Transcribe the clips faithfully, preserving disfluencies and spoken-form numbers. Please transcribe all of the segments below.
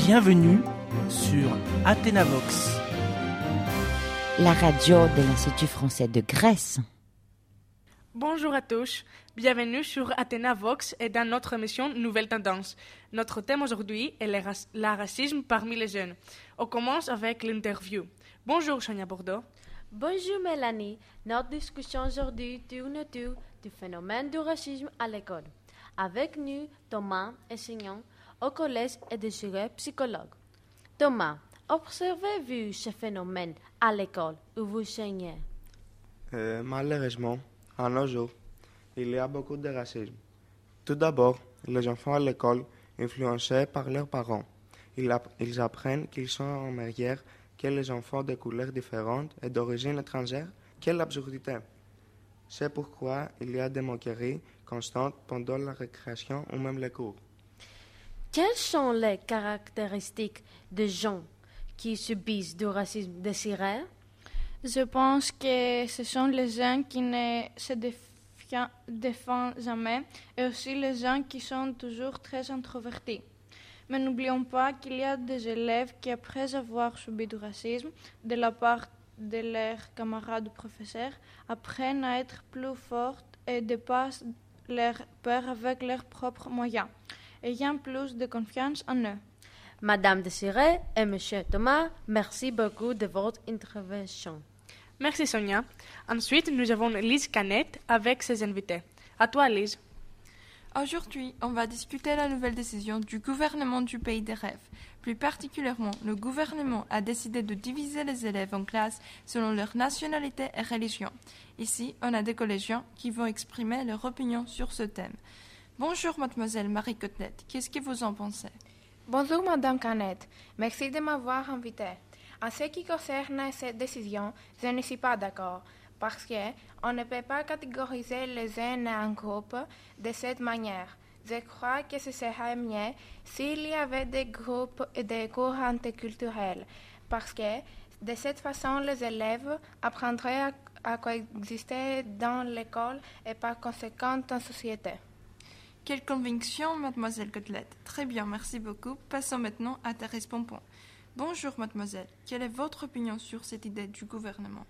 Bienvenue sur Athénavox, la radio de l'Institut français de Grèce. Bonjour à tous, bienvenue sur Athénavox et dans notre émission Nouvelles Tendances. Notre thème aujourd'hui est le rac- le racisme parmi les jeunes. On commence avec l'interview. Bonjour Sonia Bordeaux. Bonjour Mélanie, notre discussion aujourd'hui tourne autour du phénomène du racisme à l'école. Avec nous, Thomas, enseignant au collège et Désiré, psychologue. Thomas, observez-vous ce phénomène à l'école où vous enseignez? Euh, malheureusement, à nos jours, il y a beaucoup de racisme. Tout d'abord, les enfants à l'école, influencés par leurs parents, ils, app- ils apprennent qu'ils sont meilleurs que les enfants de couleurs différentes et d'origine étrangère. Quelle absurdité! C'est pourquoi il y a des moqueries constantes pendant la récréation ou même les cours. Quelles sont les caractéristiques des gens qui subissent du racisme désiré? Je pense que ce sont les gens qui ne se défient- défendent jamais et aussi les gens qui sont toujours très introvertis. Mais n'oublions pas qu'il y a des élèves qui, après avoir subi du racisme de la part de leurs camarades ou professeurs, apprennent à être plus fortes et dépassent leurs peurs avec leurs propres moyens, ayant plus de confiance en eux. Madame Désiré et Monsieur Thomas, merci beaucoup de votre intervention. Merci Sonia. Ensuite, nous avons Lise Canette avec ses invités. À toi Lise. Aujourd'hui, on va discuter la nouvelle décision du gouvernement du Pays des Rêves. Plus particulièrement, le gouvernement a décidé de diviser les élèves en classes selon leur nationalité et religion. Ici, on a des collégiens qui vont exprimer leur opinion sur ce thème. Bonjour mademoiselle Marie Côtelette, qu'est-ce que vous en pensez? Bonjour Madame Canette, merci de m'avoir invitée. En ce qui concerne cette décision, je ne suis pas d'accord, parce qu'on ne peut pas catégoriser les jeunes en groupes de cette manière. Je crois que ce serait mieux s'il y avait des groupes et des cours interculturels, parce que de cette façon, les élèves apprendraient à, à coexister dans l'école et par conséquent en société. Quelle conviction, mademoiselle Côtelette. Très bien, merci beaucoup. Passons maintenant à Thérèse Pompon. Bonjour, mademoiselle. Quelle est votre opinion sur cette idée du gouvernement?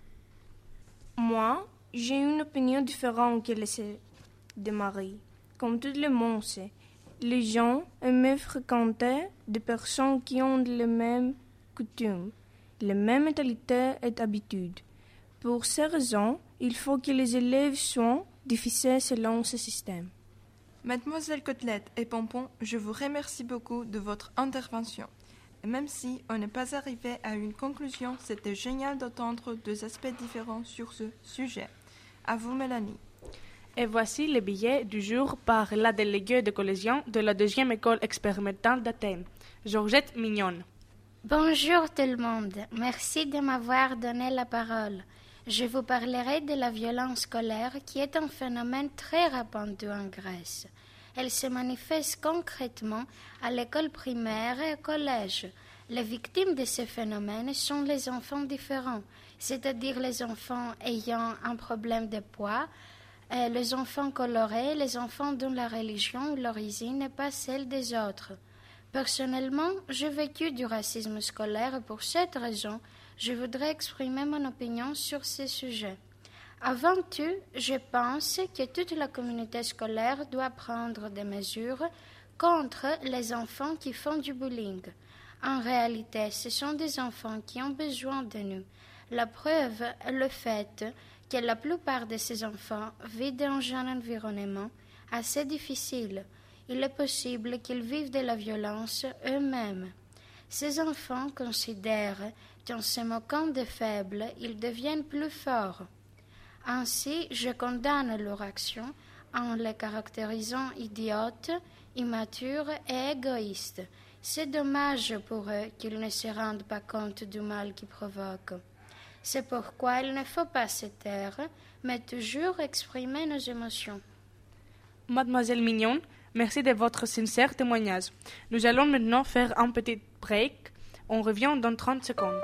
Moi, j'ai une opinion différente que celle de Marie. Comme tout le monde sait, les gens aiment fréquenter des personnes qui ont les mêmes coutumes, les mêmes mentalités et habitudes. Pour ces raisons, il faut que les élèves soient divisés selon ce système. Mademoiselle Côtelette et Pompon, je vous remercie beaucoup de votre intervention. Et même si on n'est pas arrivé à une conclusion, c'était génial d'entendre deux aspects différents sur ce sujet. À vous, Mélanie. Et voici les billets du jour par la déléguée de collégiens de la deuxième école expérimentale d'Athènes, Georgette Mignon. Bonjour tout le monde, merci de m'avoir donné la parole. Je vous parlerai de la violence scolaire qui est un phénomène très répandu en Grèce. Elle se manifeste concrètement à l'école primaire et au collège. Les victimes de ce phénomène sont les enfants différents, c'est-à-dire les enfants ayant un problème de poids, et les enfants colorés, les enfants dont la religion ou l'origine n'est pas celle des autres. Personnellement, j'ai vécu du racisme scolaire et pour cette raison, je voudrais exprimer mon opinion sur ce sujet. Avant tout, je pense que toute la communauté scolaire doit prendre des mesures contre les enfants qui font du bullying. En réalité, ce sont des enfants qui ont besoin de nous. La preuve est le fait que la plupart de ces enfants vivent dans un environnement assez difficile. Il est possible qu'ils vivent de la violence eux-mêmes. Ces enfants considèrent qu'en se moquant des faibles, ils deviennent plus forts. Ainsi, je condamne leur action en les caractérisant idiotes, immatures et égoïstes. C'est dommage pour eux qu'ils ne se rendent pas compte du mal qu'ils provoquent. C'est pourquoi il ne faut pas se taire, mais toujours exprimer nos émotions. Mademoiselle Mignon, merci de votre sincère témoignage. Nous allons maintenant faire un petit break. On revient dans trente secondes.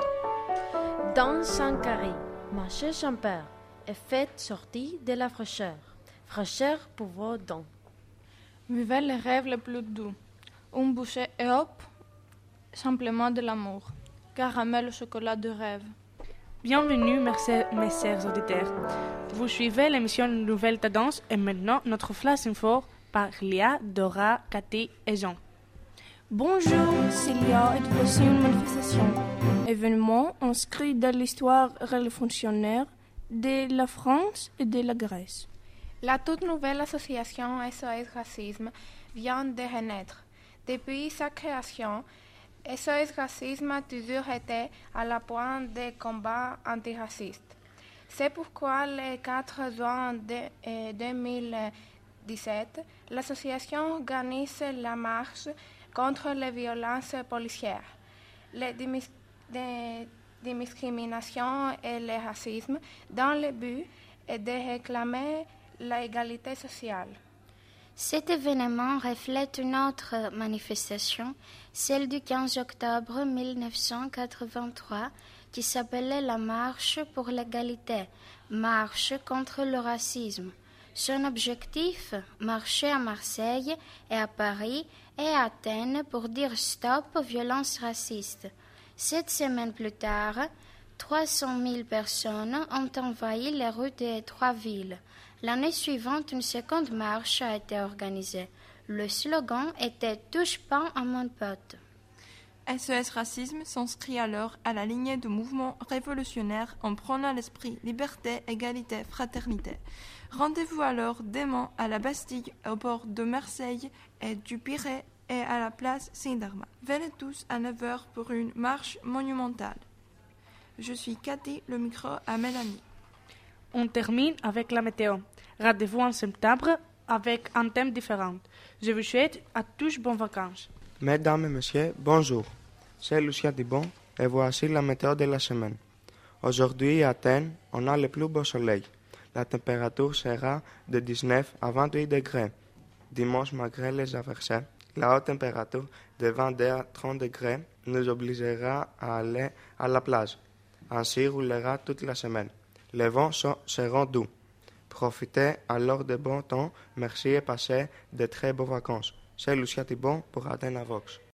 Dans Sankari, marchez sans peur et faites sortir de la fraîcheur. Fraîcheur pour vos dents. Vivez les rêves les plus doux. Une bouchée et hop, simplement de l'amour. Caramel au chocolat de rêve. Bienvenue, merci, mes chers auditeurs. Vous suivez l'émission Nouvelle Tendance et maintenant notre flash info par Léa, Dora, Cathy et Jean. Bonjour, Célia est voici une manifestation. Événement inscrit dans l'histoire révolutionnaire de la France et de la Grèce. La toute nouvelle association S O S Racisme vient de renaître. Depuis sa création, S O S Racisme a toujours été à la pointe des combats antiracistes. C'est pourquoi le quatre juin deux mille dix-sept, l'association organise la marche contre les violences policières, les discriminations et le racisme dans le but de réclamer l'égalité sociale. Cet événement reflète une autre manifestation, celle du quinze octobre mille neuf cent quatre-vingt-trois, qui s'appelait la Marche pour l'égalité, marche contre le racisme. Son objectif, marcher à Marseille et à Paris et à Athènes pour dire stop aux violences racistes. Sept semaines plus tard, trois cent mille personnes ont envahi les rues des trois villes. L'année suivante, une seconde marche a été organisée. Le slogan était « Touche pas à mon pote ». S O S Racisme s'inscrit alors à la lignée du mouvement révolutionnaire en prônant l'esprit liberté, égalité, fraternité. Rendez-vous alors demain à la Bastille, au port de Marseille et du Pirée et à la place Saint-Darma. Venez tous à neuf heures pour une marche monumentale. Je suis Cathy, le micro à Mélanie. On termine avec la météo. Rendez-vous en septembre avec un thème différent. Je vous souhaite à tous bonnes vacances. Mesdames et messieurs, bonjour. C'est Lucia Dibon et voici la météo de la semaine. Aujourd'hui à Athènes, on a le plus beau soleil. La température sera de dix-neuf à vingt-huit degrés. Dimanche, malgré les averses, la haute température de vingt-deux à trente degrés nous obligera à aller à la plage. Ainsi roulera toute la semaine. Les vents seront doux. Profitez alors de bon temps. Merci et passez de très bonnes vacances. C'est Lucia Thibon pour Athéna Vox.